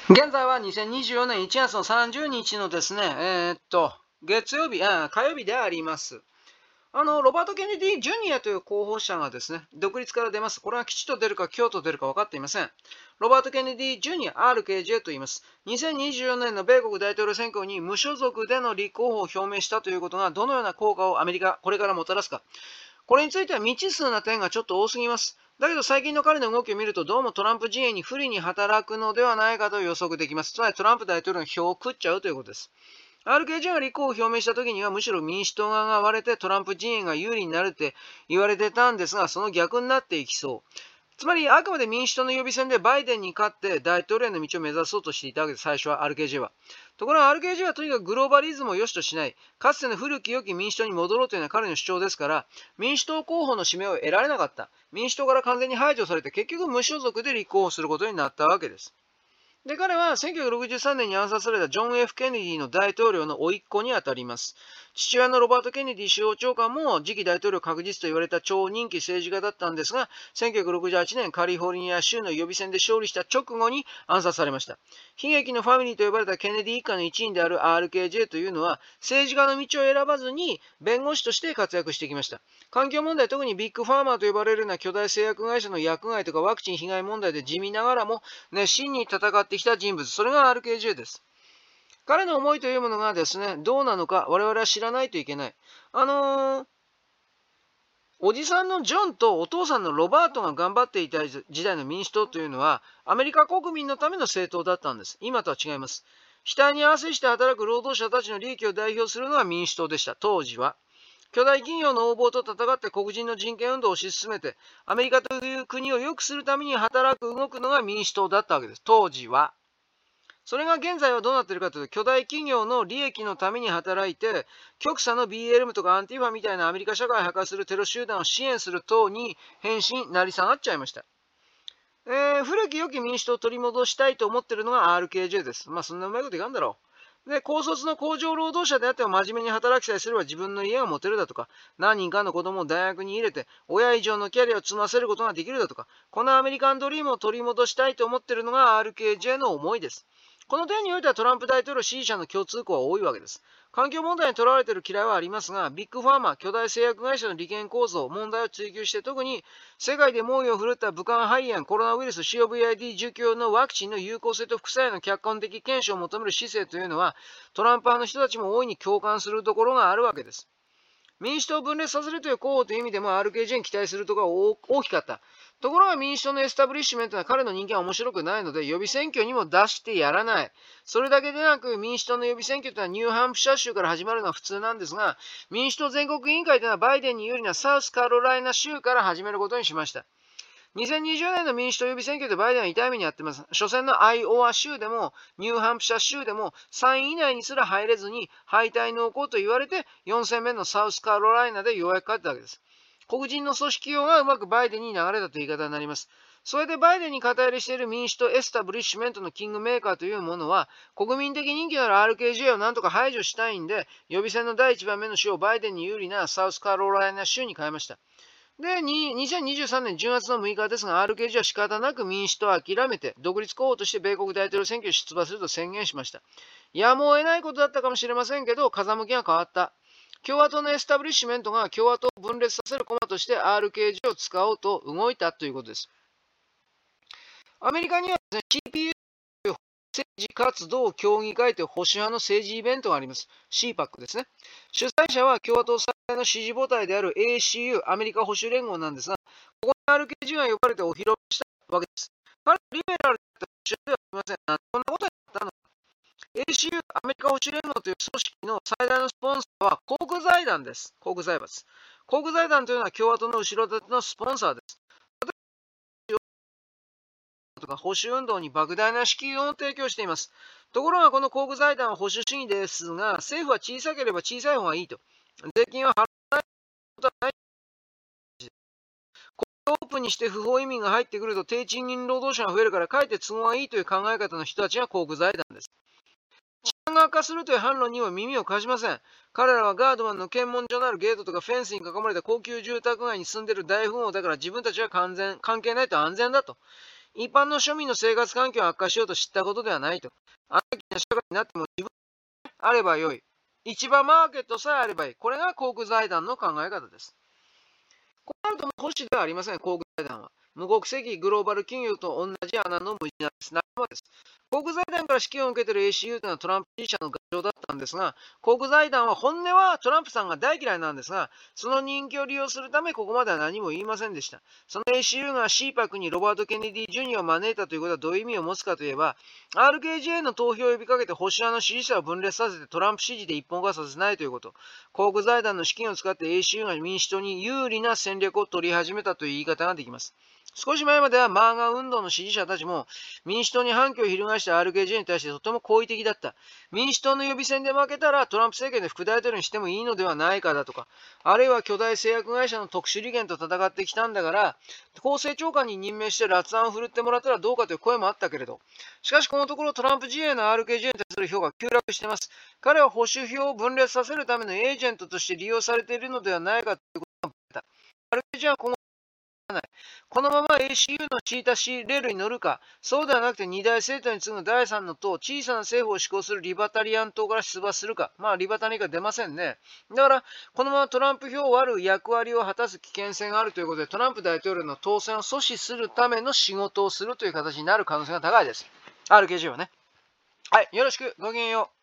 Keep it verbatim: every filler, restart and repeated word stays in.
現在はにせんにじゅうよねんいちがつのさんじゅうにちのですね、えー、っと、月曜日、あ火曜日であります。あの、ロバート・ケネディ・ジュニアという候補者がですね、独立から出ます。これは吉と出るか京と出るか分かっていません。ロバート・ケネディ・ジュニア、アールケージェー と言います。にせんにじゅうよねんの米国大統領選挙に無所属での立候補を表明したということが、どのような効果をアメリカ、これからもたらすか。これについては未知数な点がちょっと多すぎます。だけど最近の彼の動きを見ると、どうもトランプ陣営に不利に働くのではないかと予測できます。つまりトランプ大統領の票を食っちゃうということです。アールケージェー が立候補を表明したときには、むしろ民主党側が割れてトランプ陣営が有利になるって言われてたんですが、その逆になっていきそう。つまり、あくまで民主党の予備選でバイデンに勝って大統領への道を目指そうとしていたわけです、最初は アールケージェー は。ところが アールケージェー はとにかくグローバリズムを良しとしない、かつての古き良き民主党に戻ろうというのは彼の主張ですから、民主党候補の指名を得られなかった。民主党から完全に排除されて、結局無所属で立候補することになったわけです。で、彼はせんきゅうひゃくろくじゅうさんねんに暗殺されたジョン・ F・ ケネディの大統領の甥っ子にあたります。父親のロバート・ケネディ司法長官も次期大統領確実と言われた超人気政治家だったんですが、せんきゅうひゃくろくじゅうはちねんカリフォルニア州の予備選で勝利した直後に暗殺されました。悲劇のファミリーと呼ばれたケネディ一家の一員である アールケージェー というのは、政治家の道を選ばずに弁護士として活躍してきました。環境問題、特にビッグファーマーと呼ばれるような巨大製薬会社の薬害とかワクチン被害問題で地味ながらも熱心に戦ってきた人物、それが アールケージェー です。彼の思いというものがですね、どうなのか我々は知らないといけない。あのー、おじさんのジョンとお父さんのロバートが頑張っていた時代の民主党というのは、アメリカ国民のための政党だったんです。今とは違います。額に合わせして働く労働者たちの利益を代表するのは民主党でした、当時は。巨大企業の横暴と戦って黒人の人権運動を推し進めて、アメリカという国を良くするために働く、動くのが民主党だったわけです、当時は。それが現在はどうなっているかというと、巨大企業の利益のために働いて、極左の ビーエルエム とかアンティファみたいなアメリカ社会を破壊するテロ集団を支援する党に変身、なり下がっちゃいました。えー、古き良き民主党を取り戻したいと思っているのが アールケージェー です。まあ、そんなうまいこといかんだろう。で、高卒の工場労働者であっても真面目に働きさえすれば自分の家が持てるだとか、何人かの子供を大学に入れて、親以上のキャリアを積ませることができるだとか、このアメリカンドリームを取り戻したいと思っているのが アールケージェー の思いです。この点においてはトランプ大統領支持者の共通項は多いわけです。環境問題にとらわれている嫌いはありますが、ビッグファーマー、巨大製薬会社の利権構造、問題を追求して、特に世界で猛威を振るった武漢肺炎、コロナウイルス、シーオーブイアイディー 受給のワクチンの有効性と副作用の客観的検証を求める姿勢というのは、トランプ派の人たちも大いに共感するところがあるわけです。民主党を分裂させるという候補という意味でも アールケージェー に期待するところが大きかった。ところが民主党のエスタブリッシュメントは彼の人気は面白くないので予備選挙にも出してやらない。それだけでなく民主党の予備選挙というのはニューハンプシャー州から始まるのは普通なんですが、民主党全国委員会というのはバイデンに有利なサウスカロライナ州から始めることにしました。にせんにじゅうねんの民主党予備選挙でバイデンは痛い目にやってます。初戦のアイオワ州でもニューハンプシャー州でもさんい以内にすら入れずに敗退濃厚と言われてよん戦目のサウスカロライナでようやく勝ったわけです。黒人の組織用がうまくバイデンに流れたという言い方になります。それでバイデンに肩入れしている民主党エスタブリッシュメントのキングメーカーというものは国民的人気のある アールケージェー をなんとか排除したいんで予備選のだいいちばんめの州をバイデンに有利なサウスカロライナ州に変えました。で、にせんにじゅうさんねんじゅうがつのむいかですが、アールケージェー は仕方なく民主党を諦めて、独立候補として米国大統領選挙に出馬すると宣言しました。やむを得ないことだったかもしれませんけど、風向きが変わった。共和党のエスタブリッシュメントが共和党を分裂させる駒として アールケージェー を使おうと動いたということです。アメリカにはですね、シーピーユー という政治活動協議会という保守派の政治イベントがあります。シーパック ですね。主催者は共和党最大の支持母体である エーシーユー、アメリカ保守連合なんですが、ここに アールケージェー が呼ばれてお披露目したわけです。彼はリベラルだった保守ではありません。なんでこんなことになったのか。エーシーユー、アメリカ保守連合という組織の最大のスポンサーは航空財団です。航空財閥。航空財団というのは共和党の後ろ盾のスポンサーです。とか保守運動に莫大な資金を提供しています。ところがこの航空財団は保守主義ですが、政府は小さければ小さい方がいいと。税金は払わないことはない。オープンにして不法移民が入ってくると低賃金労働者が増えるからかえって都合がいいという考え方の人たちが航空財団です。治安が悪化するという反論には耳を貸しません。彼らはガードマンの検問所のあるゲートとかフェンスに囲まれた高級住宅街に住んでいる大富豪だから自分たちは完全関係ないと安全だと。 一般の庶民の生活環境を悪化しようと知ったことではないと。安易な社会になっても自分であればよい。市場マーケットさえあればいい。これが航空財団の考え方です。こうなるともう保守ではありません、航空財団は。無国籍グローバル企業と同じ穴の無地なんです。仲間です。航空財団から資金を受けている エーシーユー というのはトランプ支持者の牙城だったんですが、航空財団は本音はトランプさんが大嫌いなんですが、その人気を利用するためここまでは何も言いませんでした。その エーシーユー が シーパック にロバート・ケネディ・ジュニアを招いたということはどういう意味を持つかといえば、アールケージェー の投票を呼びかけて保守派の支持者を分裂させてトランプ支持で一本化させないということ。航空財団の資金を使って エーシーユー が民主党に有利な戦略を取り始めたという言い方ができます。少し前まではマーガ運動の支持者たちも民主党に反旗を翻した アールケージェー に対してとても好意的だった。民主党の予備選で負けたらトランプ政権で副大統領にしてもいいのではないかだとか、あるいは巨大製薬会社の特殊利権と戦ってきたんだから、厚生長官に任命して辣腕を振るってもらったらどうかという声もあったけれど、しかしこのところトランプ陣営の アールケージェー に対する票が急落しています。彼は保守票を分裂させるためのエージェントとして利用されているのではないかということが言われた。アールケージェー は今後このまま エーシーユー のチータシーレールに乗るか、そうではなくて二大政党に次ぐだいさんの党、小さな政府を施行するリバタリアン党から出馬するか、まあリバタリアが出ませんね。だから、このままトランプ票を割る役割を果たす危険性があるということで、トランプ大統領の当選を阻止するための仕事をするという形になる可能性が高いです。アールケージー はね。はい、よろしく、ごきげんよう。